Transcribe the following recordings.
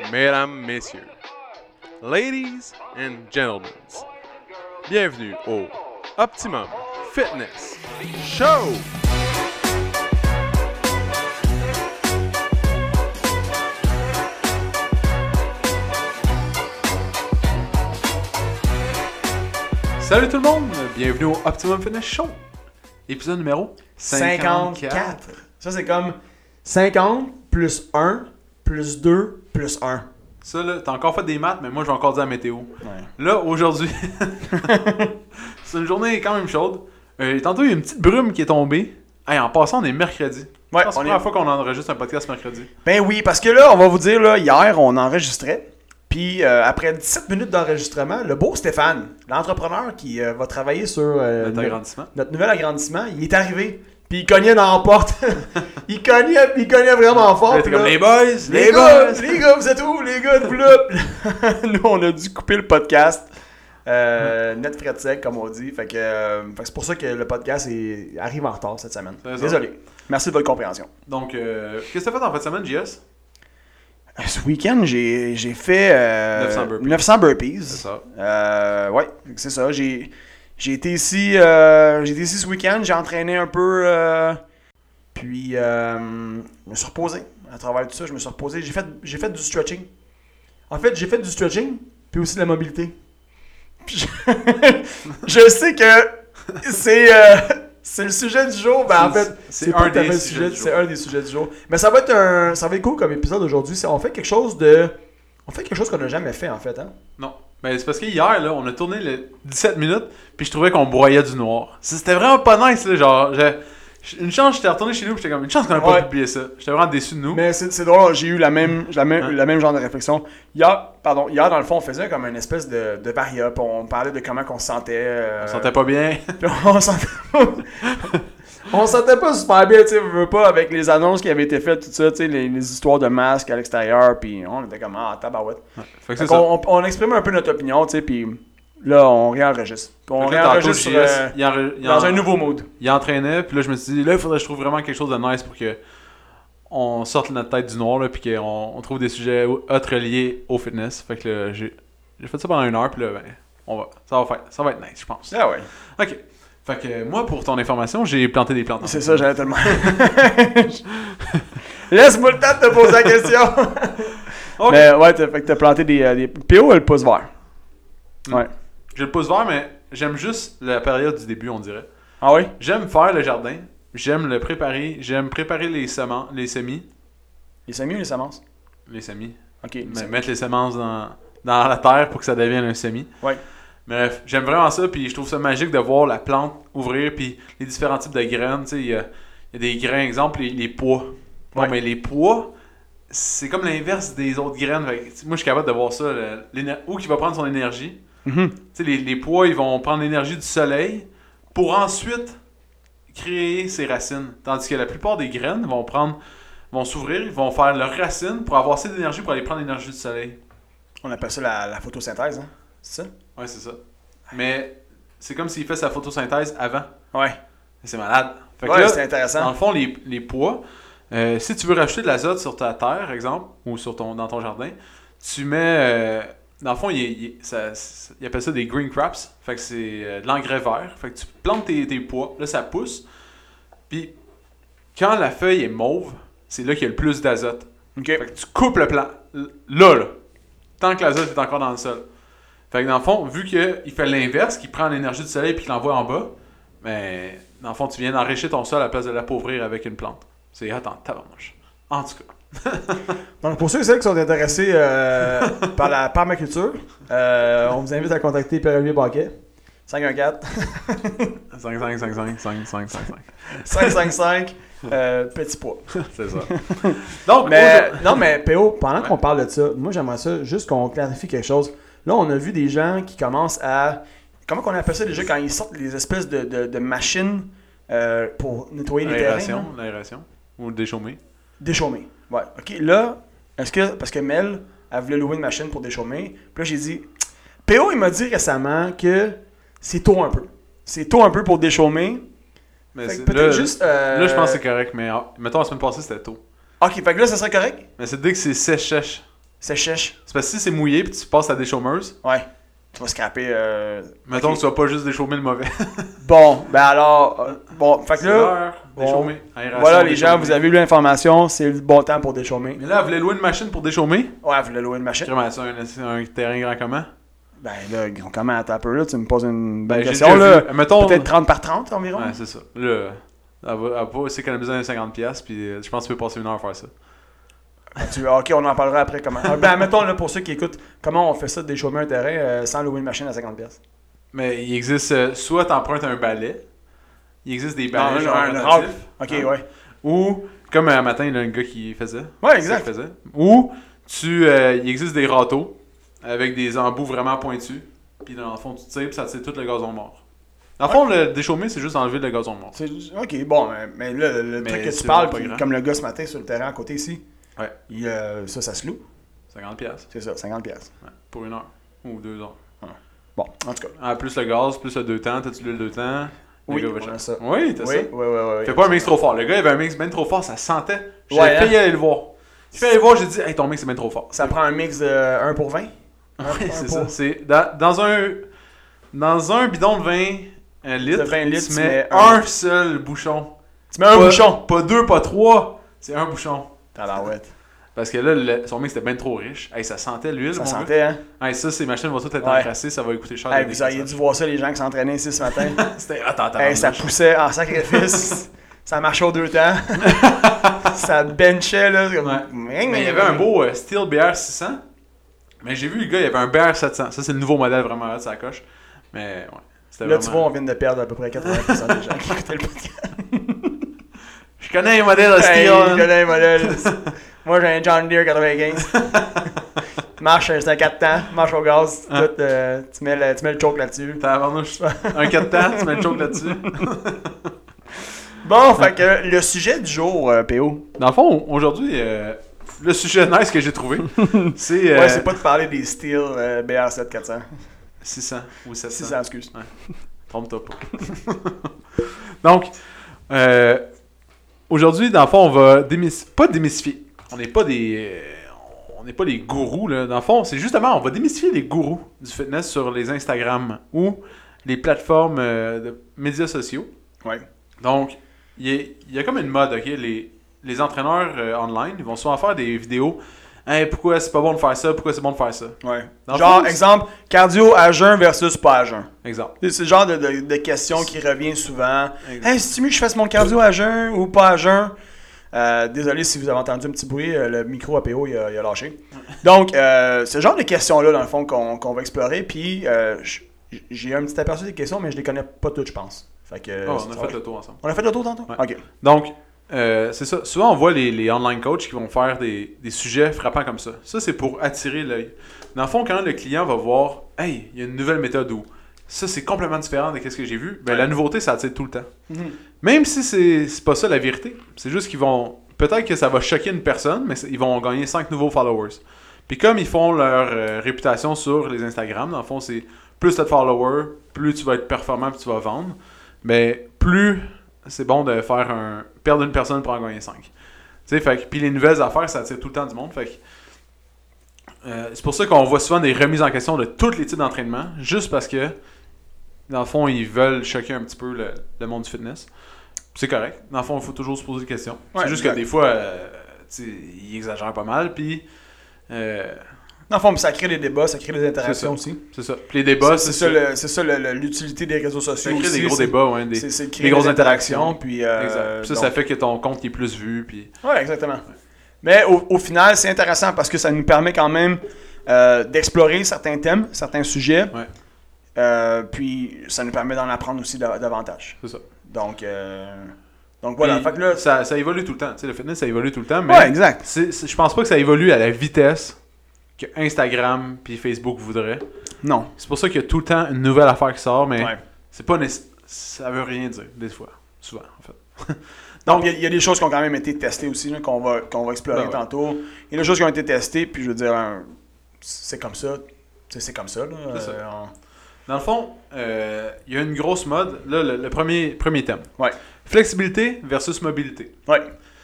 Mesdames, Messieurs, Ladies and Gentlemen, bienvenue au Optimum Fitness Show! Salut tout le monde, bienvenue au Optimum Fitness Show, épisode numéro 54. Ça, c'est comme 50 plus 1 plus 2 plus 1. Ça, là, t'as encore fait des maths, mais moi, je vais encore dire la météo. Ouais. Là, aujourd'hui, c'est une journée quand même chaude. Tantôt, il y a une petite brume qui est tombée. Hey, en passant, on est mercredi. Ouais, c'est la première fois qu'on enregistre un podcast mercredi. Ben oui, parce que là, on va vous dire, là, hier, on enregistrait. Puis, après 17 minutes d'enregistrement, le beau Stéphane, l'entrepreneur qui va travailler sur notre nouvel agrandissement, il est arrivé. Puis, il cognait dans la porte. il cognait vraiment fort. Là, t'es comme les boys, les gars, vous êtes où? Les gars, vous là? Nous, on a dû couper le podcast. Net frais de sec, comme on dit. Fait que c'est pour ça que le podcast arrive en retard cette semaine. Désolé. Merci de votre compréhension. Donc, qu'est-ce que t'as fait en fin de semaine, JS? Ce week-end, j'ai fait 900 burpees. C'est ça. Ouais, c'est ça. J'ai été ici ce week-end, j'ai entraîné un peu, puis je me suis reposé. À travers tout ça, je me suis reposé. J'ai fait du stretching. En fait, j'ai fait du stretching, puis aussi de la mobilité. Je sais que c'est le sujet du jour, mais en fait, c'est un des sujets du jour. Mais ça va être cool comme épisode aujourd'hui. On fait quelque chose qu'on n'a jamais fait, en fait, hein? Non. Ben, c'est parce que hier, là, on a tourné le 17 minutes, puis je trouvais qu'on broyait du noir. C'était vraiment pas nice, là, genre, une chance, j'étais retourné chez nous, puis j'étais comme, une chance qu'on n'a pas publié ça. J'étais vraiment déçu de nous. Mais c'est drôle, j'ai eu la même genre de réflexion. Hier, dans le fond, on faisait comme une espèce de varia, puis on parlait de comment on se sentait. On se sentait pas bien. On se sentait pas super bien, tu sais, veux pas, avec les annonces qui avaient été faites, tout ça, tu sais, les histoires de masques à l'extérieur, puis on était comme, tabarouette. Fait que on exprimait un peu notre opinion, tu sais, puis là, on réenregistre. On réenregistre dans un nouveau mood. Il entraînait, puis là, je me suis dit, là, il faudrait que je trouve vraiment quelque chose de nice pour que on sorte notre tête du noir, là, puis qu'on trouve des sujets autres liés au fitness. Fait que là, j'ai fait ça pendant 1 heure, puis là, ben, ça va être nice, je pense. Ah ouais. Ok. Fait que moi, pour ton information, j'ai planté des plantes. C'est ça, j'allais tellement. Laisse-moi le temps de te poser la question. Okay. Mais ouais, fait que t'as planté des PO et le pouce vert. Ouais. J'ai le pouce vert, mais j'aime juste la période du début, on dirait. Ah oui? J'aime faire le jardin. J'aime le préparer. J'aime préparer les semis. Les semis ou les semences? Les semis. Ok. Mettre les semences dans la terre pour que ça devienne un semis. Ouais. Bref, j'aime vraiment ça, puis je trouve ça magique de voir la plante ouvrir, puis les différents types de graines. Tu sais, il y a des grains, exemple, les pois. Bon, mais les pois, c'est comme l'inverse des autres graines. Fait, moi, je suis capable de voir ça. Où il va prendre son énergie. Mm-hmm. Tu sais, les pois, ils vont prendre l'énergie du soleil pour ensuite créer ses racines. Tandis que la plupart des graines vont s'ouvrir, ils vont faire leurs racines pour avoir assez d'énergie pour aller prendre l'énergie du soleil. On appelle ça la photosynthèse, hein? C'est ça? Ouais, c'est ça. Mais c'est comme s'il fait sa photosynthèse avant. Ouais. C'est malade. Fait que ouais, là, c'est intéressant. Dans le fond, les pois, si tu veux rajouter de l'azote sur ta terre, exemple, ou dans ton jardin, tu mets... dans le fond, il appelle ça des green crops. Fait que c'est de l'engrais vert. Fait que tu plantes tes pois. Là, ça pousse. Puis, quand la feuille est mauve, c'est là qu'il y a le plus d'azote. Okay. Fait que tu coupes le plant. Là. Tant que l'azote est encore dans le sol. Fait que dans le fond, vu qu'il fait l'inverse, qu'il prend l'énergie du soleil et qu'il l'envoie en bas, ben, dans le fond, tu viens d'enrichir ton sol à la place de l'appauvrir avec une plante. C'est tabarnouche. En tout cas. Donc, pour ceux et celles qui sont intéressés par la permaculture, on vous invite à contacter Pierre-Olivier Baquet. 514 555 petit pois. C'est ça. Donc, mais PO, pendant qu'on parle de ça, moi j'aimerais ça juste qu'on clarifie quelque chose. Là, on a vu des gens qui commencent à... Comment on appelle ça déjà quand ils sortent les espèces de machines pour nettoyer les terrains? L'aération. Ou déchaumer. Déchaumer. Ouais. OK, là, parce que Mel, elle voulait louer une machine pour déchaumer. Puis là, j'ai dit... PO, il m'a dit récemment que c'est tôt un peu. C'est tôt un peu pour déchaumer. Mais peut-être juste... Là, je pense que c'est correct, mais mettons, la semaine passée, c'était tôt. OK, fait que là, ça serait correct? Mais c'est dès que c'est sèche. Sèche. C'est parce que si c'est mouillé puis tu passes à des chômeuses. Ouais. Tu vas scraper. Mettons que tu vas pas juste déchaumer le mauvais. Bon, ben alors. Bon, fait que là. Déchaumer. Voilà, les gens, vous avez eu l'information, c'est le bon temps pour déchaumer. Mais là, vous voulez louer une machine pour déchaumer? Ouais, vous voulez louer une machine. C'est un terrain grand comment? Ben là, grand comment, attends un peu, là, tu me poses une bonne j'ai question, là. Mettons... Peut-être 30 par 30 environ. Ouais, c'est ça. Là, elle va s'économiser un 50$, puis je pense que tu peux passer une heure à faire ça. Ok, on en parlera après comment. Ben, mettons, là, pour ceux qui écoutent, comment on fait ça de déchaumer un terrain sans louer une machine à 50$? Mais il existe, soit tu empruntes un balai, il existe des balais rotatifs. Ok, ouais. Ou, comme un matin, il y a un gars qui faisait. Ouais, exact. Ou, il existe des râteaux avec des embouts vraiment pointus, puis dans le fond, tu tires, puis ça tire tout le gazon mort. Dans le fond, le déchaumer, c'est juste enlever le gazon mort. Ok, bon, mais là, le truc que tu parles, comme le gars ce matin sur le terrain à côté ici, ouais. Ça se loue. 50$. C'est ça, 50$. Ouais, pour 1 heure ou 2 heures. Ouais. Bon, en tout cas. Ah, plus le gaz, plus le 2 temps, t'as-tu le 2 temps? Oui, on a ça. Oui, t'as ça. Oui. Fais pas un mix trop fort. Le gars, il avait un mix bien trop fort, ça sentait. J'ai failli aller le voir. J'ai dit, hey, ton mix est bien trop fort. Ça prend un mix de 1 pour 20? Oui, c'est ça. C'est dans un bidon de 20 litres, de 20 litres, tu mets un seul bouchon. Tu mets un bouchon. Pas 2, pas 3. C'est un bouchon. Tabarouette. Parce que là, son mix était bien trop riche. Hey, ça sentait l'huile, ça sentait, hein? Hey, ça, ces machines vont toutes être encrassées, ça va coûter cher. Hey, vous auriez dû voir ça, les gens qui s'entraînaient ici ce matin. C'était... Hey, ça poussait en sacrifice. Ça marchait aux 2 temps. Ça benchait, là. Mais il y avait un beau Steel BR600. Mais j'ai vu le gars, il y avait un BR700. Ça, c'est le nouveau modèle vraiment là de sa coche. Mais ouais. Là, vraiment... tu vois, on vient de perdre à peu près 80% des gens qui écoutaient le podcast. Je connais les modèles de Steel. Je connais les modèles. Moi, j'ai un John Deere 95. Marche, c'est un 4 temps. Marche au gaz. Tout, tu mets le choke là-dessus. Un 4 temps, tu mets le choke là-dessus. Bon, fait que le sujet du jour, PO. Dans le fond, aujourd'hui, le sujet nice que j'ai trouvé, c'est... Ouais, c'est pas de parler des Steel BR7 400. 600 ou 700. 600, excuse. Ouais. Trompe-toi pas. Donc, aujourd'hui, dans le fond, on va pas démystifier. On n'est pas des gourous, là. Dans le fond, c'est justement, on va démystifier les gourous du fitness sur les Instagram ou les plateformes de médias sociaux. Ouais. Donc, il y a comme une mode, ok? Les entraîneurs online, ils vont souvent faire des vidéos. Hey, pourquoi c'est pas bon de faire ça? Pourquoi c'est bon de faire ça? Ouais. Genre, exemple, cardio à jeun versus pas à jeun. Exemple. C'est le genre de question qui revient souvent. Hey, c'est mieux que je fasse mon cardio à jeun ou pas à jeun? Désolé si vous avez entendu un petit bruit, le micro APO il a lâché. Donc, c'est le genre de questions-là, dans le fond, qu'on va explorer. Puis, j'ai un petit aperçu des questions, mais je les connais pas toutes, je pense. Fait que, on a fait le tour ensemble. On a fait le tour tantôt? Ouais. Ok. Donc, c'est ça. Souvent, on voit les online coachs qui vont faire des sujets frappants comme ça. Ça, c'est pour attirer l'œil. Dans le fond, quand le client va voir « Hey, il y a une nouvelle méthode » ou « Ça, c'est complètement différent de ce que j'ai vu », ben la nouveauté, ça attire tout le temps. Mm-hmm. Même si c'est pas ça la vérité. C'est juste qu'ils vont... Peut-être que ça va choquer une personne, mais ils vont gagner 5 nouveaux followers. Puis comme ils font leur réputation sur les Instagram, dans le fond, c'est plus tu as de followers, plus tu vas être performant puis tu vas vendre, mais plus... c'est bon de faire perdre une personne pour en gagner 5. Puis les nouvelles affaires, ça attire tout le temps du monde. C'est pour ça qu'on voit souvent des remises en question de tous les types d'entraînement, juste parce que, dans le fond, ils veulent choquer un petit peu le monde du fitness. C'est correct. Dans le fond, il faut toujours se poser des questions. Ouais, c'est juste que des fois, ils exagèrent pas mal. Puis... Dans le fond, ça crée des débats, ça crée des interactions aussi. C'est ça. Puis les débats, c'est ça l'utilité des réseaux sociaux. Ça crée aussi, des gros débats, ouais, des grosses interactions. Puis, exact. Puis ça fait que ton compte est plus vu. Puis... ouais, exactement. Ouais. Mais au final, c'est intéressant parce que ça nous permet quand même d'explorer certains thèmes, certains sujets. Ouais. Puis ça nous permet d'en apprendre aussi davantage. C'est ça. Donc voilà. Fait que là, ça évolue tout le temps. Tu sais, le fitness, ça évolue tout le temps. Mais ouais, exact. Je pense pas que ça évolue à la vitesse que Instagram puis Facebook voudraient. Non. C'est pour ça qu'il y a tout le temps une nouvelle affaire qui sort, mais c'est pas ça veut rien dire, des fois. Souvent, en fait. Donc, il y a des choses qui ont quand même été testées aussi, là, qu'on va explorer tantôt. Il y a des choses qui ont été testées, puis je veux dire, c'est comme ça. C'est comme ça. Là, c'est ça. Dans le fond, il y a une grosse mode. Là, le premier thème. Ouais. Flexibilité versus mobilité. Ouais.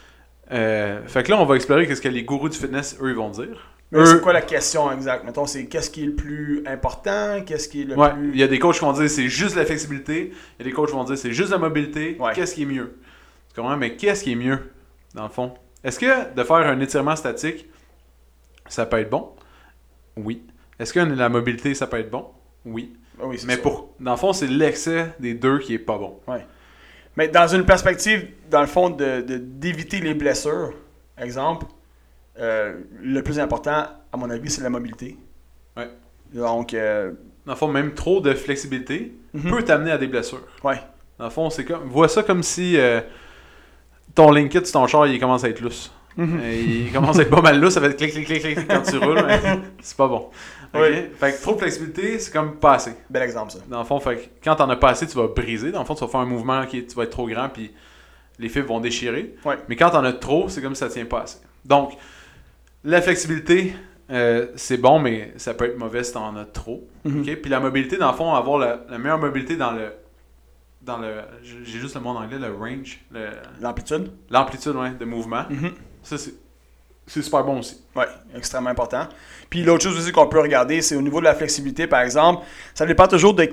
Fait que là, on va explorer qu'est-ce que les gourous du fitness, eux, ils vont dire. Mais c'est quoi la question exacte? Mettons, c'est qu'est-ce qui est le plus important? Qu'est-ce qui est le plus... Il y a des coachs qui vont dire c'est juste la flexibilité. Il y a des coachs qui vont dire c'est juste la mobilité. Ouais. Qu'est-ce qui est mieux? Tu comprends? Mais qu'est-ce qui est mieux, dans le fond? Est-ce que de faire un étirement statique, ça peut être bon? Oui. Est-ce que la mobilité, ça peut être bon? Oui. Oui, mais dans le fond, c'est l'excès des deux qui est pas bon. Ouais. Mais dans une perspective, dans le fond, d'éviter les blessures, exemple, le plus important, à mon avis, c'est la mobilité. Ouais. Donc... dans le fond, même trop de flexibilité peut t'amener à des blessures. Ouais. Dans le fond, vois ça comme si ton link kit sur ton char, il commence à être lousse. Il commence à être pas mal lousse, ça va être clic, clic, clic, clic quand tu roules, mais c'est pas bon. Okay? Oui. Fait que trop de flexibilité, c'est comme pas assez. Bel exemple, ça. Dans le fond, fait que quand t'en as pas assez, tu vas briser. Dans le fond, tu vas faire un mouvement tu vas être trop grand, puis les fibres vont déchirer. Ouais. Mais quand t'en as trop, c'est comme si ça tient pas assez. Donc, la flexibilité, c'est bon, mais ça peut être mauvais si t'en as trop. Okay? Puis la mobilité, dans le fond, avoir la meilleure mobilité dans le j'ai juste le mot en anglais, le range. L'amplitude. L'amplitude, ouais, de mouvement. Ça, c'est super bon aussi. Oui, extrêmement important. Puis l'autre chose aussi qu'on peut regarder, c'est au niveau de la flexibilité, par exemple, ça dépend toujours de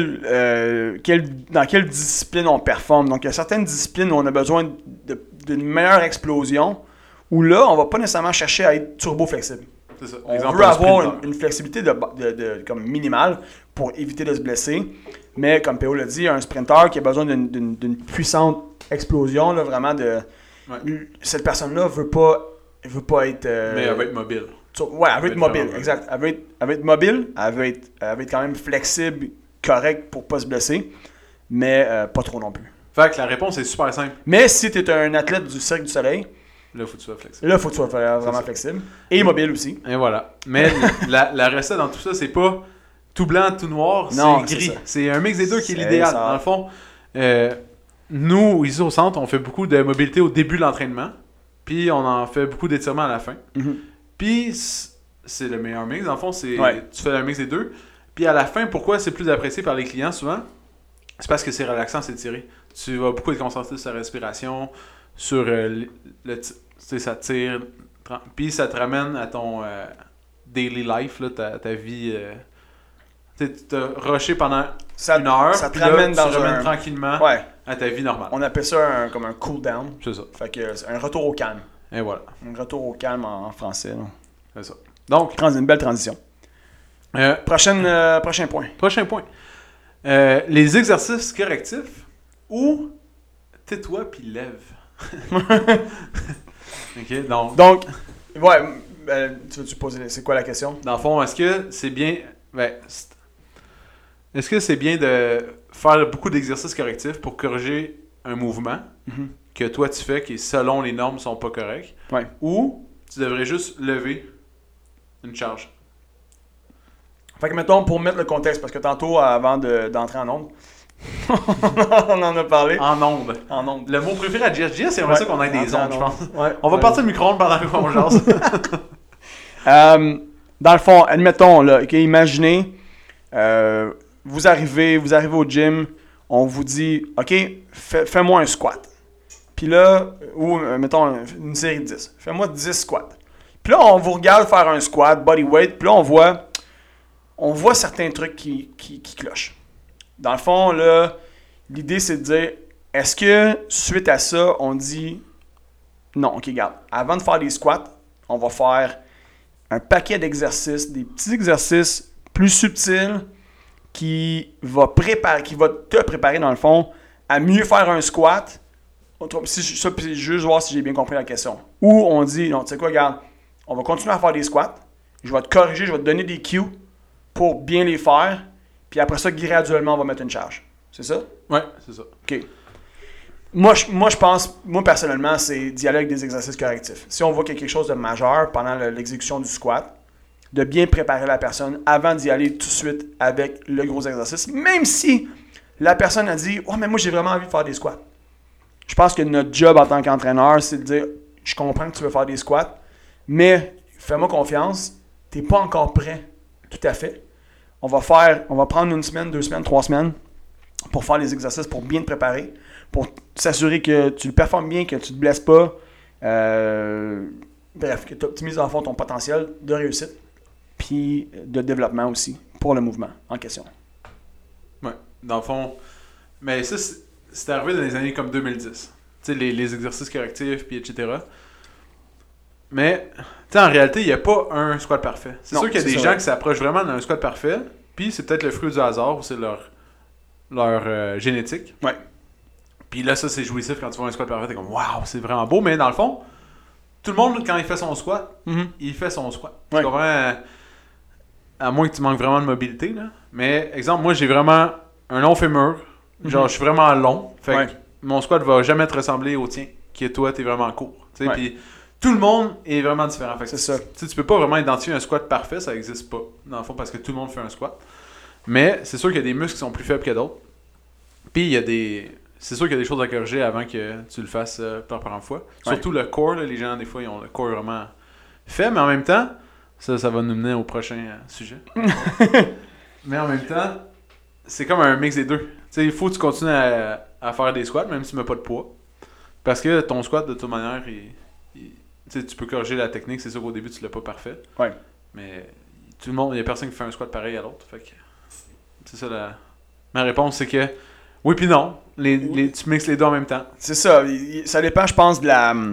dans quelle discipline on performe. Donc, il y a certaines disciplines où on a besoin d'une meilleure explosion, où là, on ne va pas nécessairement chercher à être turbo-flexible. C'est ça. On veut avoir une flexibilité comme minimale pour éviter de se blesser. Mais comme P.O. l'a dit, un sprinter qui a besoin d'une puissante explosion, là, vraiment cette personne-là veut pas être... mais elle va être mobile. Elle veut être mobile, exact. Elle veut être mobile, elle veut être quand même flexible, correct pour pas se blesser, mais pas trop non plus. Fait que la réponse est super simple. Mais si tu es un athlète du Cirque du Soleil, là, il faut que tu sois flexible. Là, il faut que tu sois vraiment flexible. Et mobile aussi. Et voilà. Mais la recette dans tout ça, c'est pas tout blanc, tout noir, c'est gris. C'est un mix des deux qui est l'idéal. Dans le fond, nous, ici au centre, on fait beaucoup de mobilité au début de l'entraînement. Puis on en fait beaucoup d'étirements à la fin. Puis c'est le meilleur mix. Dans le fond, tu fais un mix des deux. Puis à la fin, pourquoi c'est plus apprécié par les clients souvent? C'est parce que c'est relaxant, c'est tiré. Tu vas beaucoup être concentré sur ta respiration, sur ça tire. Puis ça te ramène à ton daily life, là, ta vie. Tu t'as rushé pendant une heure. Ça te ramène tu ramènes tranquillement à ta vie normale. On appelle ça comme un cool down. C'est ça. Fait que c'est un retour au calme. Et voilà. Un retour au calme en français. Là. C'est ça. Donc, une belle transition. Prochain point. Prochain point. Les exercices correctifs ou tais-toi puis lève. Ok, donc tu veux-tu poser, c'est quoi la question? Dans le fond, est-ce que c'est bien de faire beaucoup d'exercices correctifs pour corriger un mouvement que toi tu fais qui selon les normes sont pas corrects, ou tu devrais juste lever une charge? Fait que mettons, pour mettre le contexte, parce que tantôt avant d'entrer en onde, on en a parlé. En onde. Le mot préféré à JS, c'est vraiment ça qu'on ait des ondes, je pense. On va partir le micro-ondes pendant qu'on jase. Dans le fond, admettons, là, imaginez, vous arrivez au gym, on vous dit, OK, fais-moi un squat. Puis là, ou mettons une série de 10. Fais-moi 10 squats. Puis là, on vous regarde faire un squat, body weight, puis là, on voit certains trucs qui clochent. Dans le fond, là, l'idée, c'est de dire, est-ce que suite à ça, on dit, non, OK, regarde, avant de faire des squats, on va faire un paquet d'exercices, des petits exercices plus subtils qui va te préparer, dans le fond, à mieux faire un squat. C'est juste voir si j'ai bien compris la question. Ou on dit, non, tu sais quoi, regarde, on va continuer à faire des squats, je vais te corriger, je vais te donner des cues pour bien les faire, puis après ça, graduellement, on va mettre une charge. C'est ça? Ouais, c'est ça. OK. Moi, je pense, personnellement, c'est d'y aller avec des exercices correctifs. Si on voit qu'il y a quelque chose de majeur pendant l'exécution du squat, de bien préparer la personne avant d'y aller tout de suite avec le gros exercice, même si la personne a dit « Oh, mais moi, j'ai vraiment envie de faire des squats. » Je pense que notre job en tant qu'entraîneur, c'est de dire « Je comprends que tu veux faire des squats, mais fais-moi confiance, tu n'es pas encore prêt. » Tout à fait. On va prendre 1 semaine, 2 semaines, 3 semaines pour faire les exercices, pour bien te préparer, pour s'assurer que tu le performes bien, que tu ne te blesses pas, Bref, que tu optimises en fond ton potentiel de réussite puis de développement aussi pour le mouvement en question. Ouais, dans le fond. Mais ça, c'est arrivé dans les années comme 2010. Tu sais, les exercices correctifs, puis etc. Mais, tu sais, en réalité, il n'y a pas un squat parfait. C'est sûr qu'il y a des gens qui s'approchent vraiment d'un squat parfait, puis c'est peut-être le fruit du hasard ou c'est leur génétique. Ouais. Puis là, ça, c'est jouissif quand tu vois un squat parfait, t'es comme waouh, c'est vraiment beau, mais dans le fond, tout le monde, quand il fait son squat, il fait son squat. Ouais. Tu comprends? À moins que tu manques vraiment de mobilité, là. Mais, exemple, moi, j'ai vraiment un long fémur. Genre, je suis vraiment long. Fait que mon squat va jamais te ressembler au tien, qui est toi, t'es vraiment court. Puis tout le monde est vraiment différent. Fait que c'est ça. Tu peux pas vraiment identifier un squat parfait, ça existe pas, dans le fond, parce que tout le monde fait un squat. Mais c'est sûr qu'il y a des muscles qui sont plus faibles que d'autres. Puis il y a des... C'est sûr qu'il y a des choses à corriger avant que tu le fasses pour la première fois. Surtout le core, là, les gens, des fois, ils ont le core vraiment fait, mais en même temps, ça va nous mener au prochain sujet. Mais en même temps, c'est comme un mix des deux. Il faut que tu continues à faire des squats, même si tu ne mets pas de poids. Parce que ton squat, de toute manière, tu peux corriger la technique. C'est sûr qu'au début, tu ne l'as pas parfait. Ouais. Mais tout le monde, il n'y a personne qui fait un squat pareil à l'autre. Fait que c'est ça ma réponse, c'est que oui puis non. Tu mixes les deux en même temps. C'est ça. Ça dépend, je pense,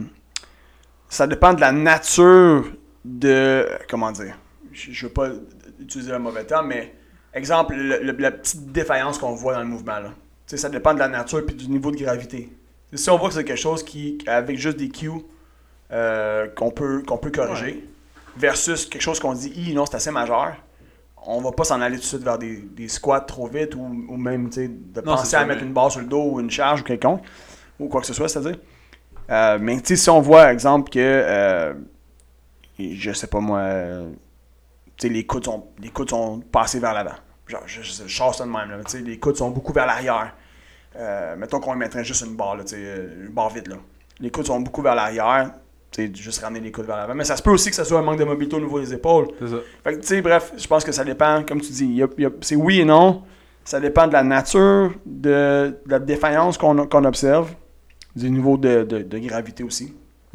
ça dépend de la nature de... Comment dire? Je veux pas utiliser le mauvais terme, mais exemple, la petite défaillance qu'on voit dans le mouvement. Là. Ça dépend de la nature et du niveau de gravité. Si on voit que c'est quelque chose qui, avec juste des cues qu'on peut corriger, versus quelque chose qu'on dit, non, c'est assez majeur, on va pas s'en aller tout de suite vers des squats trop vite ou même de penser à mettre une barre sur le dos ou une charge ou quelconque, ou quoi que ce soit, c'est-à-dire. Mais si on voit, exemple, que, je sais pas moi, les coudes sont passés vers l'avant. Genre, je chasse ça de même, là, les coudes sont beaucoup vers l'arrière. Mettons qu'on mettrait juste une barre, là, une barre vide. Là. Les coudes sont beaucoup vers l'arrière. Juste ramener les coudes vers l'avant. Mais ça se peut aussi que ça soit un manque de mobilité au niveau des épaules. C'est ça. Fait que, bref, je pense que ça dépend, comme tu dis, c'est oui et non. Ça dépend de la nature, de la défaillance qu'on observe, du niveau de gravité aussi.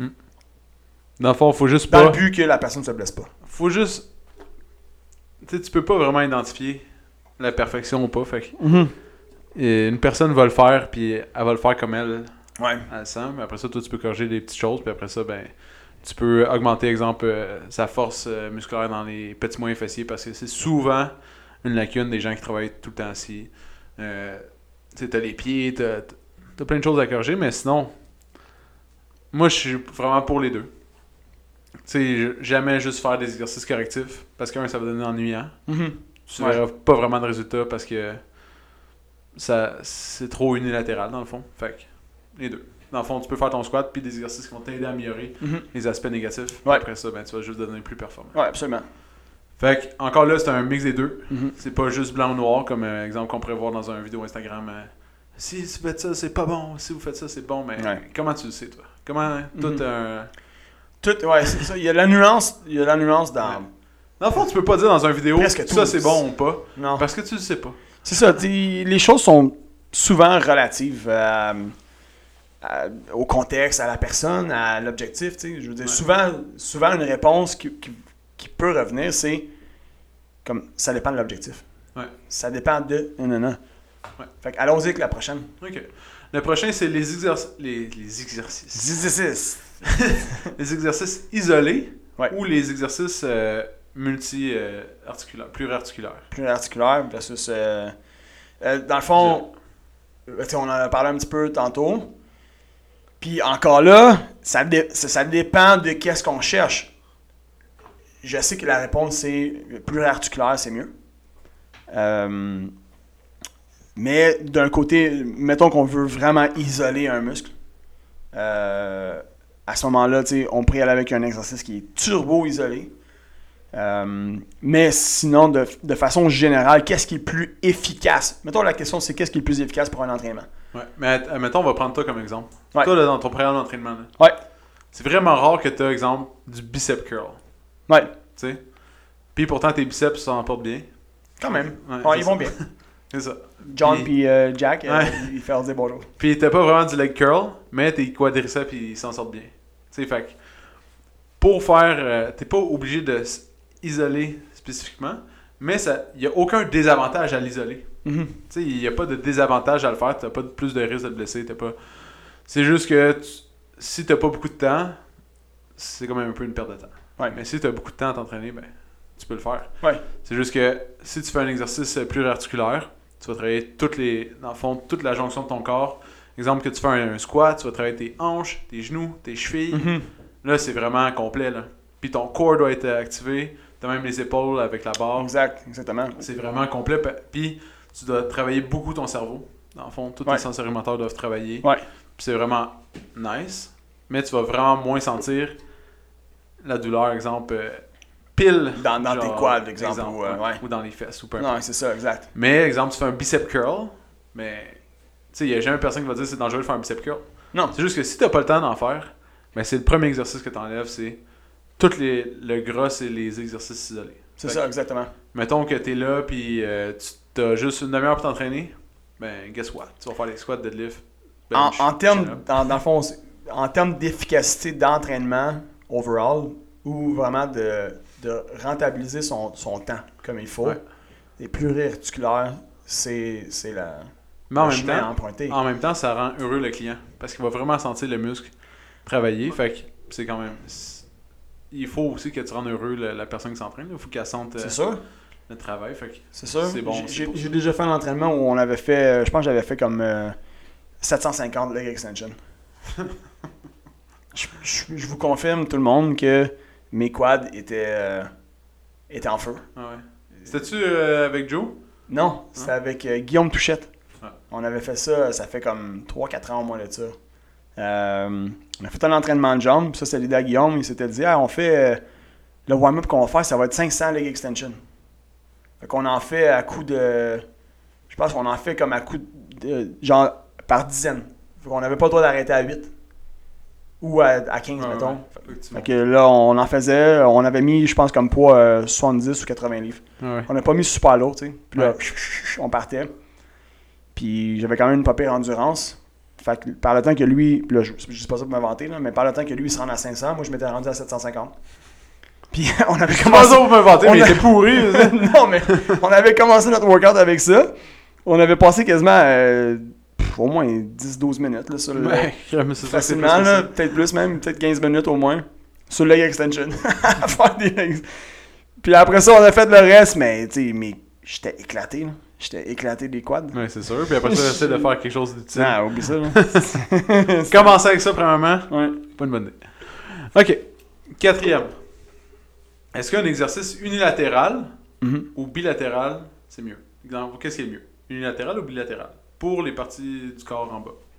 Dans le fond, faut juste pas... Dans le but que la personne ne se blesse pas. Faut juste... Tu peux pas vraiment identifier la perfection ou pas. Fait que une personne va le faire, puis elle va le faire comme elle sent. Mais après ça, toi, tu peux corriger des petites choses, puis après ça, ben, tu peux augmenter, exemple, sa force musculaire dans les petits moyens fessiers, parce que c'est souvent une lacune des gens qui travaillent tout le temps assis. T'as les pieds, t'as plein de choses à corriger, mais sinon, moi, je suis vraiment pour les deux. Jamais juste faire des exercices correctifs, parce que ça va devenir ennuyant. Tu verras pas vraiment de résultats, parce que c'est trop unilatéral, dans le fond. Fait que, les deux. Dans le fond, tu peux faire ton squat, puis des exercices qui vont t'aider à améliorer les aspects négatifs. Après ça, ben, tu vas juste devenir plus performant. Oui, absolument. Fait que, encore là, c'est un mix des deux. C'est pas juste blanc ou noir, comme exemple qu'on pourrait voir dans une vidéo Instagram. Si vous faites ça, c'est pas bon. Si vous faites ça, c'est bon. Mais comment tu le sais, toi? Comment tout un... c'est ça. Il y a la nuance dans... Dans le fond, tu peux pas dire dans une vidéo presque ça c'est bon ou pas. Non. Parce que tu le sais pas. C'est ça. Les choses sont souvent relatives au contexte, à la personne, à l'objectif. Je veux dire, souvent une réponse qui peut revenir, c'est comme ça dépend de l'objectif. Ça dépend de... Non. Fait que allons-y avec la prochaine. OK. Le prochain, c'est les exercices. Les exercices. Les exercices isolés ou les exercices multi-articulaires, pluriarticulaires. Pluriarticulaires versus... dans le fond, on en a parlé un petit peu tantôt. Puis encore là, ça dépend de qu'est-ce qu'on cherche. Je sais que la réponse, c'est pluriarticulaire, c'est mieux. Mais d'un côté, mettons qu'on veut vraiment isoler un muscle. À ce moment-là, on pourrait aller avec un exercice qui est turbo-isolé. Mais sinon, de façon générale, qu'est-ce qui est plus efficace? Mettons la question, c'est qu'est-ce qui est le plus efficace pour un entraînement? Ouais, mais mettons, on va prendre toi comme exemple. Ouais. Toi, là, dans ton programme d'entraînement, c'est vraiment rare que tu as, exemple, du bicep curl. Ouais. Tu sais? Puis pourtant, tes biceps s'en portent bien. Quand même. Ils vont bien. C'est ça. John puis Jack, ils font dire bonjour. Puis t'as pas vraiment du leg curl, mais tes quadriceps, ils s'en sortent bien. sais, fait que pour faire... t'es pas obligé de s'isoler spécifiquement, mais il n'y a aucun désavantage à l'isoler. Mm-hmm. Tu sais, il n'y a pas de désavantage à le faire, t'as pas plus de risque de te blesser, c'est juste que si t'as pas beaucoup de temps, c'est quand même un peu une perte de temps. Ouais. Mais si t'as beaucoup de temps à t'entraîner, ben tu peux le faire. Ouais. C'est juste que si tu fais un exercice pluriarticulaire, tu vas travailler dans le fond, toute la jonction de ton corps. Exemple que tu fais un squat, tu vas travailler tes hanches, tes genoux, tes chevilles. Mm-hmm. Là, c'est vraiment complet, là. Puis ton core doit être activé. T'as même les épaules avec la barre. Exactement. C'est vraiment complet. Puis tu dois travailler beaucoup ton cerveau. Dans le fond, tous tes sensorimoteurs doivent travailler. Ouais. Puis c'est vraiment nice. Mais tu vas vraiment moins sentir la douleur, exemple, pile. Dans tes quads, exemple. Ou dans les fesses. Ou peu non, c'est ça, exact. Mais, exemple, tu fais un bicep curl, mais tu sais, il n'y a jamais personne qui va dire que c'est dangereux de faire un bicep curl. Non. C'est juste que si tu n'as pas le temps d'en faire, ben c'est le premier exercice que tu enlèves, c'est le gras, c'est les exercices isolés. C'est ça, exactement. Mettons que tu es là, puis tu as juste une demi-heure pour t'entraîner, ben guess what? Tu vas faire les squats, deadlift, bench. En termes, dans le fond, en termes d'efficacité d'entraînement, overall, ou vraiment de rentabiliser son temps comme il faut, les pluriarticulaires, c'est la... Mais en même temps, ça rend heureux le client, parce qu'il va vraiment sentir le muscle travailler, fait que c'est quand même... Il faut aussi que tu rendes heureux la personne qui s'entraîne. Il faut qu'elle sente le travail. Fait que c'est sûr. C'est bon, j'ai déjà fait un entraînement où on avait fait, je pense que j'avais fait comme 750 leg extension. je vous confirme, tout le monde, que mes quads étaient en feu. Ah ouais. C'était-tu avec Joe? Non, c'était avec Guillaume Touchette. Ah. On avait fait ça fait comme 3-4 ans au moins de ça. On a fait un entraînement de jambes, puis ça, c'est l'idée à Guillaume. Il s'était dit, on fait le warm-up qu'on va faire, ça va être 500 leg extension. Fait qu'on en fait à coup de. Je pense qu'on en fait comme à coup de. Genre par dizaine. Fait qu'on n'avait pas le droit d'arrêter à 8. Ou à 15, mettons. Ouais, fait que là, on en faisait. On avait mis, je pense, comme poids 70 ou 80 livres. Ouais. On n'a pas mis super lourd, tu sais. Puis là, on partait. Puis j'avais quand même une pas pire endurance. Fait que par le temps que lui, là, je dis pas ça pour m'inventer, là, mais par le temps que lui il se rend à 500, moi je m'étais rendu à 750. Puis on avait commencé. Pas ça pour m'inventer, mais il était pourri. Non, mais on avait commencé notre workout avec ça. On avait passé quasiment au moins 10-12 minutes là, sur le. Facilement, là, peut-être plus même, peut-être 15 minutes au moins. Sur le leg extension. À faire des legs. Puis après ça, on a fait le reste, mais tu sais, j'étais éclaté, là. J'étais éclaté des quads. Oui, c'est sûr. Puis après ça, j'essaie de faire quelque chose d'utile. Ah, oublie ça, là. Commencer avec ça, premièrement. Ouais. Pas une bonne idée. OK. 4e. Est-ce qu'un exercice unilatéral ou bilatéral, c'est mieux? Exemple, qu'est-ce qui est mieux? Unilatéral ou bilatéral? Pour les parties du corps en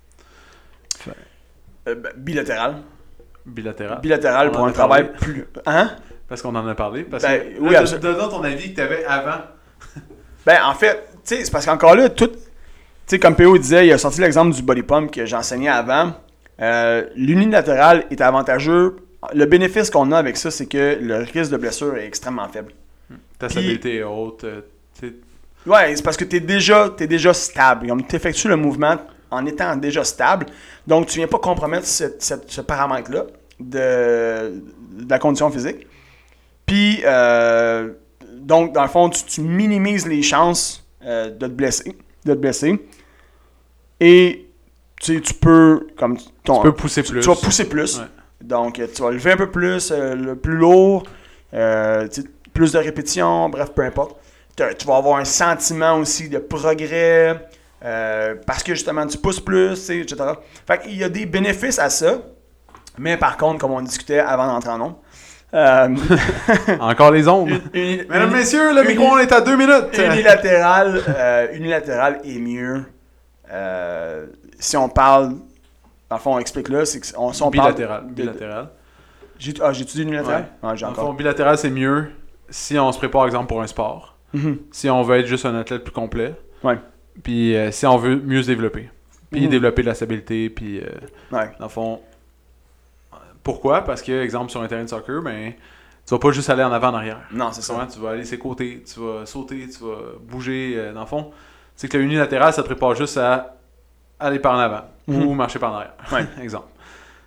bas. Bilatéral. Bilatéral. Bilatéral pour un travail plus... Hein? Parce qu'on en a parlé. Parce que, oui, donne ton avis que tu avais avant. Ben, en fait, tu sais, c'est parce qu'encore là, tout... Tu sais, comme PO disait, il a sorti l'exemple du body pump que j'enseignais avant. L'unilatéral est avantageux. Le bénéfice qu'on a avec ça, c'est que le risque de blessure est extrêmement faible. Ta stabilité est haute. Ouais, c'est parce que t'es déjà stable. Tu effectues le mouvement en étant déjà stable. Donc, tu viens pas compromettre ce paramètre-là de la condition physique. Puis, donc, dans le fond, tu minimises les chances de te blesser. Et tu peux, comme tu peux pousser plus. Tu vas pousser plus. Ouais. Donc, tu vas lever un peu plus, le plus lourd, plus de répétitions, bref, peu importe. Tu vas avoir un sentiment aussi de progrès, parce que justement, tu pousses plus, etc. Fait qu'il y a des bénéfices à ça. Mais par contre, comme on discutait avant d'entrer en ondes, encore les ondes. Mesdames, messieurs, le micro, on est à 2 minutes. Unilatéral est mieux. Si on parle, dans le fond, on explique là, c'est que si on bilatéral. Bilatéral. J'ai-tu dit unilatéral? Ouais. Dans le fond, bilatéral, c'est mieux si on se prépare, par exemple, pour un sport. Mm-hmm. Si on veut être juste un athlète plus complet. Ouais. Puis si on veut mieux se développer. Puis développer de la stabilité. Puis, dans le fond, pourquoi? Parce que, exemple, sur un terrain de soccer, ben, tu vas pas juste aller en avant, en arrière. Non, c'est ça. Tu vas aller ses côtés, tu vas sauter, tu vas bouger. Dans le fond, c'est que le unilatéral, ça te prépare juste à aller par en avant ou marcher par en arrière. Ouais. Exemple.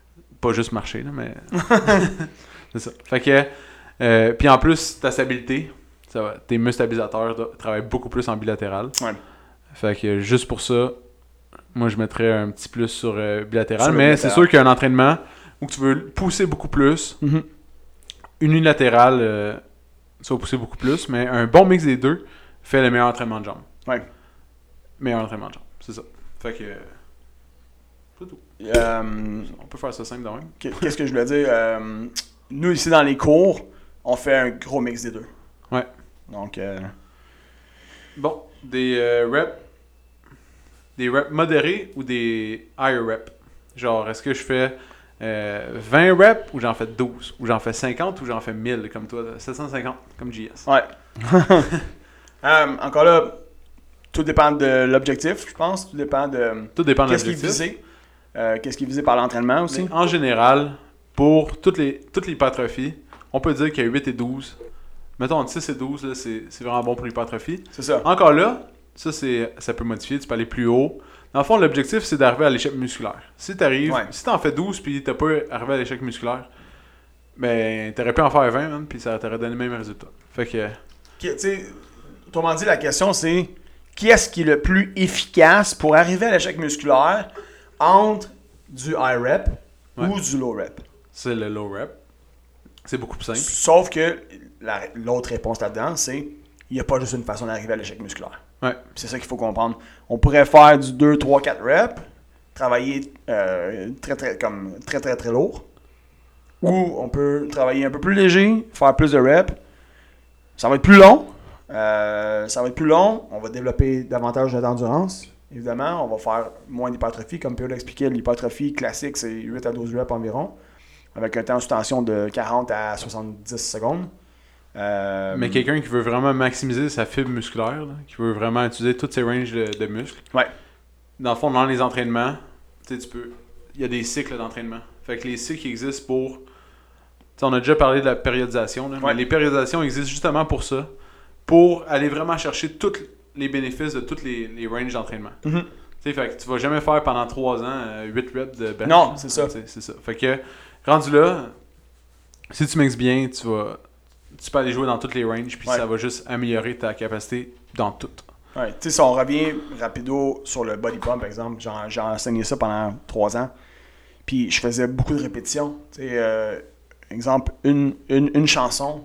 pas juste marcher, là, mais... c'est ça. Fait que... puis en plus, ta stabilité, tes muscles stabilisateurs travaillent beaucoup plus en bilatéral. Ouais. Fait que juste pour ça, moi, je mettrais un petit plus sur bilatéral. Mais bilatéral. C'est sûr qu'il y a un entraînement où tu veux pousser beaucoup plus. Unilatéral, tu vas pousser beaucoup plus. Mais un bon mix des deux fait le meilleur entraînement de jambes. Ouais. Meilleur entraînement de jambes, c'est ça. Fait que... c'est tout. On peut faire ça simple de même. Qu'est-ce que je voulais dire? Nous, ici, dans les cours, on fait un gros mix des deux. Ouais. Donc... Bon, des reps modérés ou des higher reps? Genre, est-ce que je fais 20 reps ou j'en fais 12? Ou j'en fais 50 ou j'en fais 1000 comme toi? 750 comme JS. Ouais. Encore là, tout dépend de l'objectif, je pense. Tout dépend de qu'est-ce qui est visé. Qu'est-ce qui est visé par l'entraînement aussi. Mais en général, pour toute l'hypertrophie, on peut dire qu'il y a 8 et 12. Mettons, entre 6 et 12, là, c'est vraiment bon pour l'hypertrophie. C'est ça. Encore là, ça peut modifier, tu peux aller plus haut. Dans le fond, l'objectif, c'est d'arriver à l'échec musculaire. Si t'en fais 12 puis t'as pas arrivé à l'échec musculaire, ben, t'aurais pu en faire 20, man, puis ça t'aurait donné le même résultat. Fait que... Tu sais, autrement dit, la question, c'est qui est-ce qui est le plus efficace pour arriver à l'échec musculaire entre du high rep ou du low rep? C'est le low rep. C'est beaucoup plus simple. Sauf que l'autre réponse là-dedans, c'est il n'y a pas juste une façon d'arriver à l'échec musculaire. Ouais. C'est ça qu'il faut comprendre. On pourrait faire du 2, 3, 4 reps, travailler très lourd. Ou on peut travailler un peu plus léger, faire plus de reps. Ça va être plus long. On va développer davantage d'endurance. Évidemment, on va faire moins d'hypertrophie. Comme P.O. l'expliquait, l'hypertrophie classique, c'est 8 à 12 reps environ, avec un temps sous tension de 40 à 70 secondes. Mais quelqu'un qui veut vraiment maximiser sa fibre musculaire, là, qui veut vraiment utiliser toutes ses ranges de muscles, dans le fond, dans les entraînements, il y a des cycles d'entraînement. Fait que les cycles existent pour... on a déjà parlé de la périodisation, là, mais les périodisations existent justement pour ça, pour aller vraiment chercher tous les bénéfices de toutes les ranges d'entraînement. Fait que tu vas jamais faire pendant 3 ans 8 reps de bench. Non, c'est ça. C'est ça. Fait que, rendu là, si tu mixes bien, tu peux aller jouer dans toutes les ranges, puis ça va juste améliorer ta capacité dans toutes. Ouais, tu sais, si on revient rapido sur le body pump, par exemple, j'ai enseigné ça pendant 3 ans, puis je faisais beaucoup de répétitions. Tu sais, exemple, une chanson,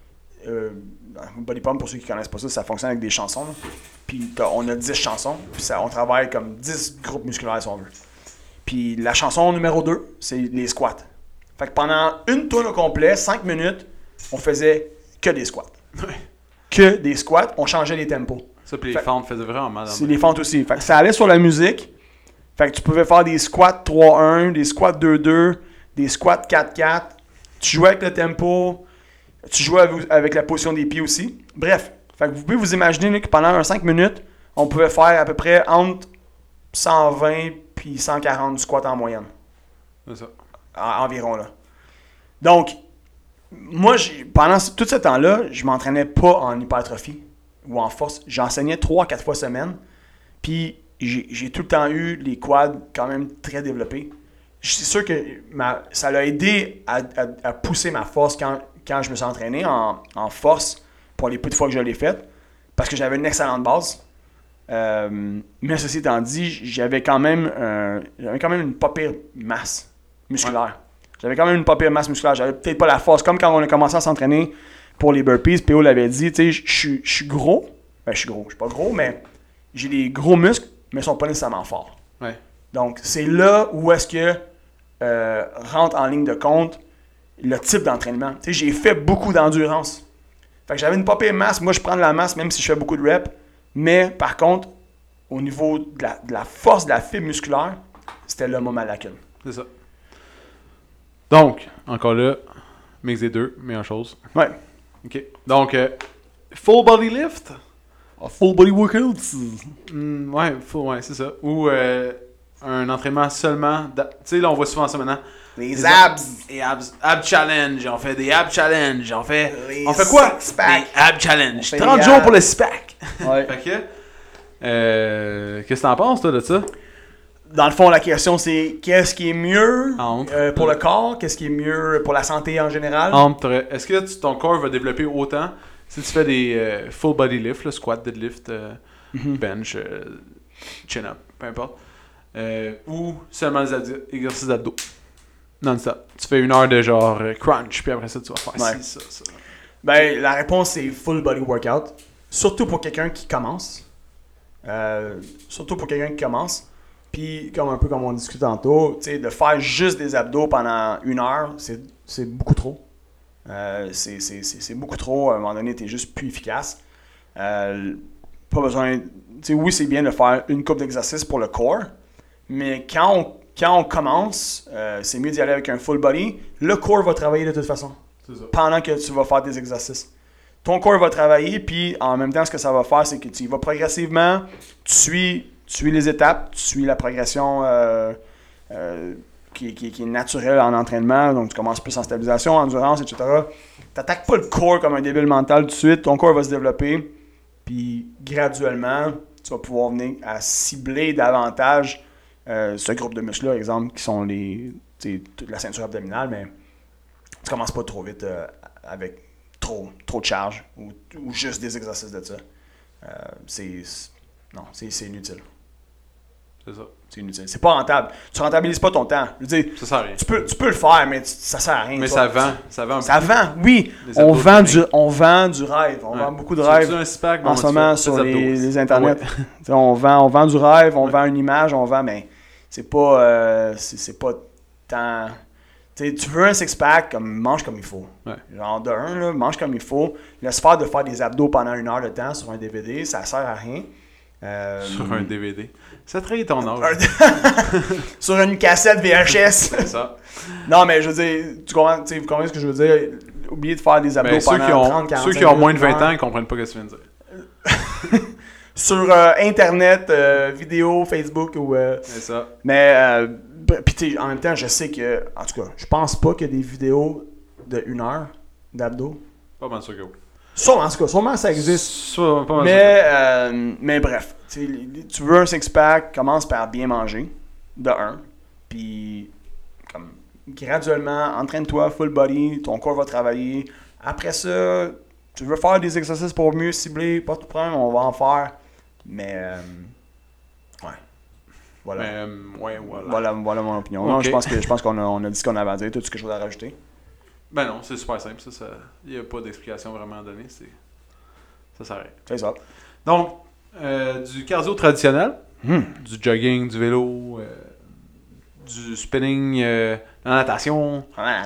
body pump, pour ceux qui connaissent pas ça fonctionne avec des chansons, là. Puis on a 10 chansons, puis on travaille comme 10 groupes musculaires, si on veut. Puis la chanson numéro 2, c'est les squats. Fait que pendant une tourne au complet, 5 minutes, on faisait que des squats. Que des squats, on changeait les tempos. Ça, puis les fentes faisaient vraiment mal. C'est les fentes aussi. Fait que ça allait sur la musique. Fait que tu pouvais faire des squats 3-1, des squats 2-2, des squats 4-4. Tu jouais avec le tempo. Tu jouais avec la position des pieds aussi. Bref, fait que vous pouvez vous imaginer là, que pendant 5 minutes, on pouvait faire à peu près entre 120 puis 140 squats en moyenne. C'est ça. Environ, là. Donc, moi, pendant tout ce temps-là, je m'entraînais pas en hypertrophie ou en force. J'enseignais 3-4 fois semaine. Puis, j'ai tout le temps eu les quads quand même très développés. Je suis sûr que ça l'a aidé à pousser ma force quand je me suis entraîné en force pour les peu de fois que je l'ai fait, parce que j'avais une excellente base. Mais ceci étant dit, j'avais quand même une pas pire masse musculaire. Ouais. J'avais quand même une pas pire masse musculaire. J'avais peut-être pas la force. Comme quand on a commencé à s'entraîner pour les burpees, P.O. l'avait dit, tu sais, je suis gros. Ben, je suis gros. Je suis pas gros, mais j'ai des gros muscles, mais ils sont pas nécessairement forts. Ouais. Donc, c'est là où est-ce que rentre en ligne de compte le type d'entraînement. Tu sais, j'ai fait beaucoup d'endurance. Fait que j'avais une pas pire masse. Moi, je prends de la masse, même si je fais beaucoup de reps. Mais, par contre, au niveau de la force, de la fibre musculaire, c'était là, moi, ma lacune. C'est ça. Donc, encore là, mix des deux, meilleure chose. Ouais. OK. Donc, full body lift? Full body workout? Ouais, c'est ça. Ou un entraînement seulement... Tu sais, là, on voit souvent ça maintenant. Les abs. Les abs challenge. On fait des abs challenge. On fait quoi? Des abs challenge. 30 jours pour le six-pack. Ouais. Fait que... qu'est-ce que t'en penses, toi, de ça? dans le fond, la question, c'est qu'est-ce qui est mieux pour le corps? Qu'est-ce qui est mieux pour la santé en général? Est-ce que ton corps va développer autant si tu fais des full body lift, là, squat, deadlift, bench, chin-up, peu importe, ou seulement des exercices d'abdos? Non-stop. Tu fais 1 heure de genre crunch, puis après ça, tu vas faire ça. Ben, la réponse, c'est full body workout. Surtout pour quelqu'un qui commence. Puis, un peu comme on discutait tantôt, de faire juste des abdos pendant 1 heure, c'est beaucoup trop. C'est beaucoup trop. À un moment donné, tu n'es juste plus efficace. Pas besoin. Oui, c'est bien de faire une couple d'exercices pour le corps, mais quand on commence, c'est mieux d'y aller avec un full body. Le corps va travailler de toute façon. C'est ça. Pendant que tu vas faire des exercices. Ton corps va travailler, puis en même temps, ce que ça va faire, c'est que tu y vas progressivement, tu suis les étapes, tu suis la progression qui est naturelle en entraînement. Donc, tu commences plus en stabilisation, endurance, etc. Tu n'attaques pas le corps comme un débile mental tout de suite. Ton corps va se développer, puis graduellement, tu vas pouvoir venir à cibler davantage ce groupe de muscles-là, exemple, qui sont toute la ceinture abdominale, mais tu commences pas trop vite avec trop de charge ou juste des exercices de ça. C'est inutile. C'est ça. C'est inutile. C'est pas rentable. Tu rentabilises pas ton temps. Je veux dire, ça sert à rien. Tu peux le faire, mais ça sert à rien. Mais ça vend. Ça vend, oui. On vend du rêve. On vend beaucoup de rêve en ce moment sur les internets. Ouais. On vend du rêve, on vend une image, mais c'est pas tant... tu veux un six-pack, mange comme il faut. Ouais. Genre de 1, mange comme il faut. Laisse faire de faire des abdos pendant 1 heure de temps sur un DVD, ça sert à rien. Sur un DVD. Ça trahit ton âge. Sur une cassette VHS. C'est ça. Non, mais je veux dire, vous comprenez ce que je veux dire? Oubliez de faire des abdos pendant 30-40 Ceux qui ont moins de 20 ans, ils comprennent pas ce que tu viens de dire. Sur Internet, vidéo, Facebook ou... C'est ça. Mais, puis en même temps, je sais que... En tout cas, je pense pas qu'il y a des vidéos de 1 heure d'abdos. Pas mal sûr que oui. Sûrement ça existe. Mais bref, tu veux un six-pack, commence par bien manger, de 1. Puis, comme graduellement, entraîne-toi, full body, ton corps va travailler. Après ça, tu veux faire des exercices pour mieux cibler, pas de problème, on va en faire. Mais, voilà. Voilà mon opinion. Okay. Non, je pense qu'on a dit ce qu'on avait à dire. Tout ce que je voulais rajouter. Ben non, c'est super simple. Il n'y a pas d'explication vraiment à donner. Ça s'arrête. C'est ça. Donc, du cardio traditionnel, du jogging, du vélo, du spinning, la natation,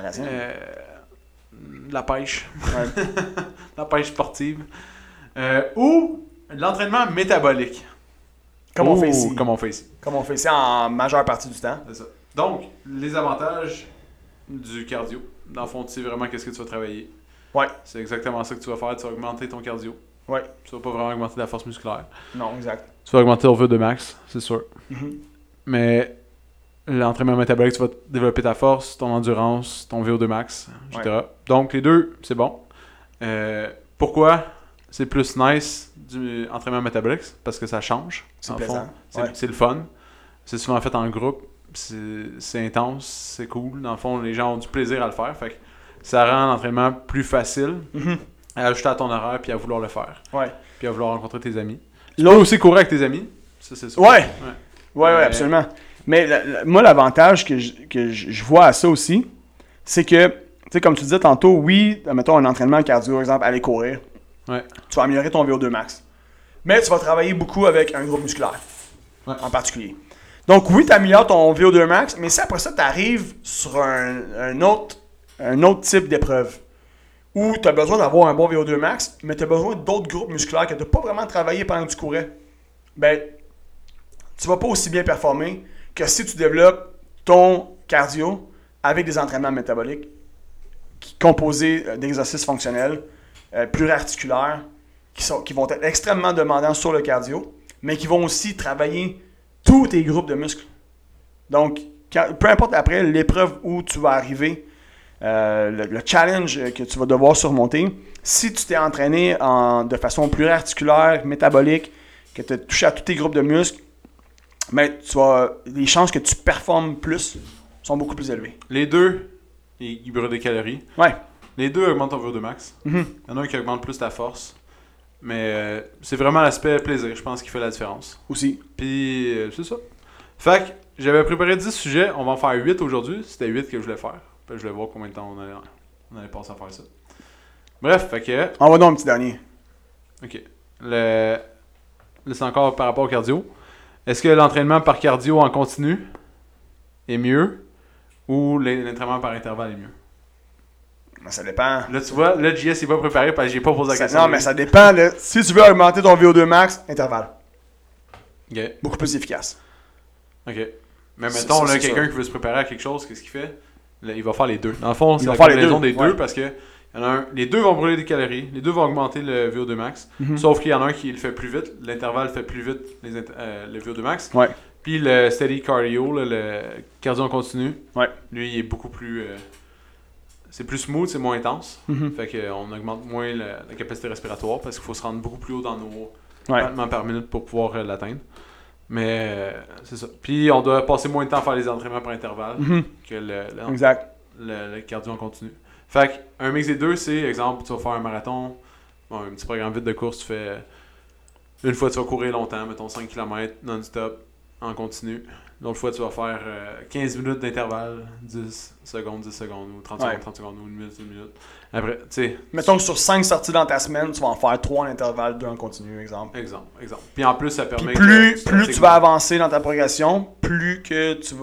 la pêche, la pêche sportive, ou l'entraînement métabolique. Comme on fait ici. Comme on fait ici en majeure partie du temps. C'est ça. Donc, les avantages du cardio. Dans le fond, tu sais vraiment qu'est-ce que tu vas travailler. Ouais. C'est exactement ça que tu vas faire. Tu vas augmenter ton cardio. Ouais. Tu vas pas vraiment augmenter la force musculaire. Non, exact. Tu vas augmenter ton VO2 max, c'est sûr. Mm-hmm. Mais l'entraînement métabolique, tu vas développer ta force, ton endurance, ton VO2 max, etc. Ouais. Donc, les deux, c'est bon. Pourquoi c'est plus nice du entraînement métabolique? Parce que ça change. C'est plaisant. C'est le fun. C'est souvent fait en groupe. C'est intense, c'est cool. Dans le fond, les gens ont du plaisir à le faire. Fait que ça rend l'entraînement plus facile à ajouter à ton horaire puis à vouloir le faire. Ouais. Puis à vouloir rencontrer tes amis. Tu peux aussi courir avec tes amis. Ça, c'est sûr. Ouais, absolument. Mais moi, l'avantage que je vois à ça aussi, c'est que, tu sais, comme tu disais tantôt, oui, mettons un entraînement cardio, par exemple, aller courir. Ouais. Tu vas améliorer ton VO2 max. Mais tu vas travailler beaucoup avec un groupe musculaire, en particulier. Donc oui, tu améliores ton VO2 max, mais si après ça, tu arrives sur un autre type d'épreuve où tu as besoin d'avoir un bon VO2 max, mais tu as besoin d'autres groupes musculaires que tu n'as pas vraiment travaillé pendant que tu courais, ben, tu vas pas aussi bien performer que si tu développes ton cardio avec des entraînements métaboliques composés d'exercices fonctionnels, pluriarticulaires, qui vont être extrêmement demandants sur le cardio, mais qui vont aussi travailler tous tes groupes de muscles. Donc, peu importe après l'épreuve où tu vas arriver, le challenge que tu vas devoir surmonter, si tu t'es entraîné de façon pluriarticulaire, métabolique, que tu as touché à tous tes groupes de muscles, Mais les chances que tu performes plus sont beaucoup plus élevées. Les deux, ils brûlent des calories. Ouais. Les deux augmentent ton VO2 max. Il y en a un qui augmente plus ta force. Mais c'est vraiment l'aspect plaisir, je pense, qui fait la différence. Aussi. Puis, c'est ça. Fait que j'avais préparé 10 sujets. On va en faire 8 aujourd'hui. C'était 8 que je voulais faire. Puis je voulais voir combien de temps on allait passer à faire ça. Bref, fait que... Envoie donc un petit dernier. OK. Là, c'est encore par rapport au cardio. Est-ce que l'entraînement par cardio en continu est mieux ou l'entraînement par intervalle est mieux? Ça dépend. Là, tu vois, là, JS n'est pas préparé parce que j'ai pas posé la question. Non, mais ça dépend. Si tu veux augmenter ton VO2 max, intervalle. OK. Beaucoup plus efficace. OK. Mais mettons, là, quelqu'un qui veut se préparer à quelque chose, qu'est-ce qu'il fait? Là, il va faire les deux. Dans le fond, c'est la combinaison des deux parce que y en a un, les deux vont brûler des calories, les deux vont augmenter le VO2 max. Sauf qu'il y en a un qui le fait plus vite. L'intervalle fait plus vite le VO2 max. Ouais. Puis le steady cardio, là, le cardio en continu, ouais. Lui, il est beaucoup plus... c'est plus smooth, c'est moins intense. Fait qu'on augmente moins la capacité respiratoire parce qu'il faut se rendre beaucoup plus haut dans nos battements par minute pour pouvoir l'atteindre. Mais c'est ça. Puis on doit passer moins de temps à faire les entraînements par intervalle que le cardio en continu. Fait qu'un mix des deux, c'est, exemple, tu vas faire un marathon, un petit programme vite de course, tu fais une fois tu vas courir longtemps, mettons 5 km non-stop, en continu. L'autre fois, tu vas faire 15 minutes d'intervalle, 10 secondes, ou 30 secondes, 30 secondes, ou 1 minute, 1 minute. Après, tu sais... Mettons que sur 5 sorties dans ta semaine, tu vas en faire 3 en intervalle, 2 en continu, exemple. Exemple. Puis en plus, ça permet... Plus tu vas avancer dans ta progression, plus que tu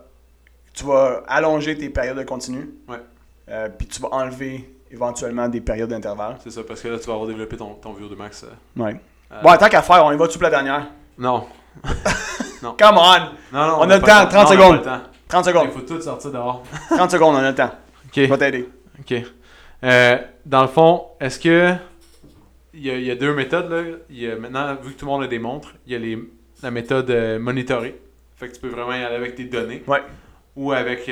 vas allonger tes périodes de continu. Ouais. Puis tu vas enlever éventuellement des périodes d'intervalle. C'est ça, parce que là, tu vas avoir développé ton VO2 max. Ouais. Bon, tant qu'à faire, on y va-tu pour la dernière? Non. Non. Come on! Non, on a le temps, 30 secondes. 30 secondes. Il faut tout sortir dehors. 30 secondes, on a le temps. OK. Je vais t'aider. OK. Dans le fond, est-ce que... Il y a deux méthodes, là. Maintenant, vu que tout le monde le démontre, il y a la méthode monitorée. Fait que tu peux vraiment y aller avec tes données. Ouais. Ou avec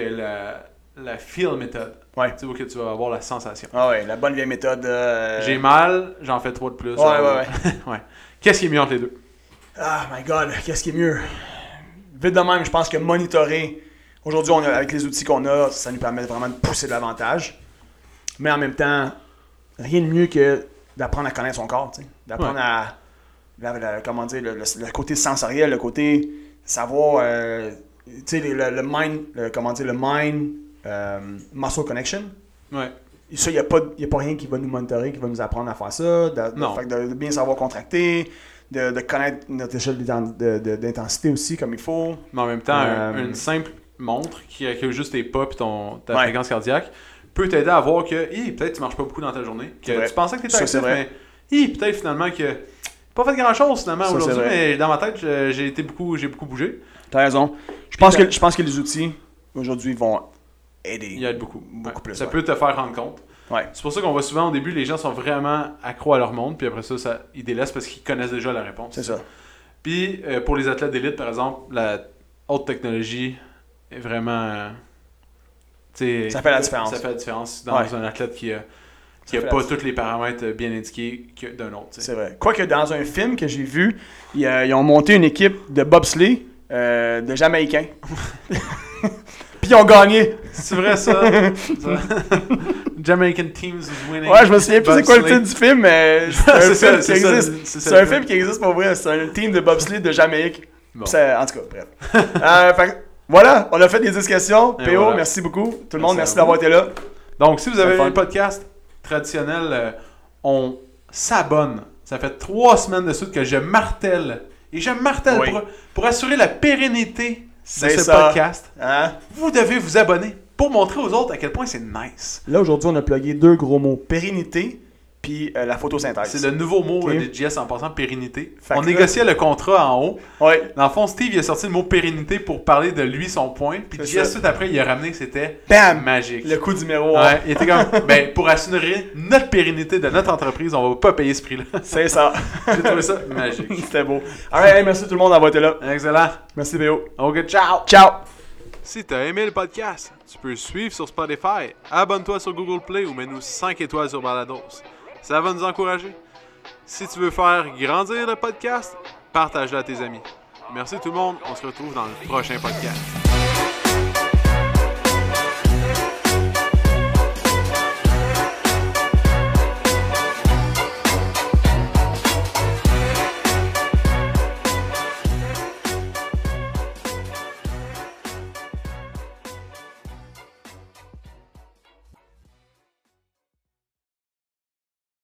la feel méthode. Ouais. Tu vois que tu vas avoir la sensation. Ah ouais, la bonne vieille méthode. J'ai mal, j'en fais 3 de plus. Ouais. Ouais. Qu'est-ce qui est mieux entre les deux? Ah my god, qu'est-ce qui est mieux? Vite de même, je pense que monitorer, aujourd'hui, avec les outils qu'on a, ça nous permet vraiment de pousser de l'avantage. Mais en même temps, rien de mieux que d'apprendre à connaître son corps, tu sais. D'apprendre à, comment dire, le côté sensoriel, le côté savoir, tu sais, le mind, le mind muscle connection. Ouais. Ça, il n'y a pas rien qui va nous monitorer, qui va nous apprendre à faire ça. De bien savoir contracter. De connaître notre échelle d'intensité aussi comme il faut. Mais en même temps, une simple montre qui accueille juste tes pas et ta fréquence cardiaque peut t'aider à voir que peut-être tu marches pas beaucoup dans ta journée. Que tu pensais que tu étais actif, mais peut-être finalement que pas fait grand-chose finalement aujourd'hui, mais dans ma tête, j'ai beaucoup bougé. T'as raison. Je pense que les outils aujourd'hui vont aider. Ils aident beaucoup plus. Ça peut te faire rendre compte. Ouais. C'est pour ça qu'on voit souvent au début, les gens sont vraiment accros à leur monde, puis après ça ils délaissent parce qu'ils connaissent déjà la réponse. C'est ça. Puis pour les athlètes d'élite, par exemple, la haute technologie est vraiment... ça fait la différence. Ça fait la différence dans un athlète qui a pas tous les paramètres bien indiqués d'un autre. T'sais. C'est vrai. Quoique dans un film que j'ai vu, ils ont monté une équipe de bobsleigh de Jamaïcains. Puis ils ont gagné. C'est vrai ça? Jamaican teams is winning. Ouais, je me souviens plus c'est quoi le titre du film, mais c'est un film qui existe pour vrai. C'est un team de bobsleigh de Jamaïque. Bon. En tout cas, bref. Voilà, on a fait des discussions. PO, merci beaucoup. Tout le monde, merci d'avoir été là. Donc, si vous avez un podcast traditionnel, on s'abonne. Ça fait 3 semaines de suite que je martèle. Et je martèle pour assurer la pérennité de ce podcast. Hein? Vous devez vous abonner pour montrer aux autres à quel point c'est nice. Là, aujourd'hui, on a plugué 2 gros mots. Pérennité puis la photosynthèse. C'est le nouveau mot de JS en passant, pérennité. On négociait le contrat en haut. Ouais. Dans le fond, Steve il a sorti le mot pérennité pour parler de lui, son point. Puis JS, tout après, il a ramené que c'était magique. Le coup du miroir. Ouais, il était comme, pour assurer notre pérennité de notre entreprise, on va pas payer ce prix-là. C'est ça. J'ai trouvé ça magique. C'était beau. Alright, merci tout le monde d'avoir été là. Excellent. Merci Béo. Ok, ciao. Ciao. Si t'as aimé le podcast, tu peux le suivre sur Spotify, abonne-toi sur Google Play ou mets-nous 5 étoiles sur Balados. Ça va nous encourager. Si tu veux faire grandir le podcast, partage-le à tes amis. Merci tout le monde. On se retrouve dans le prochain podcast.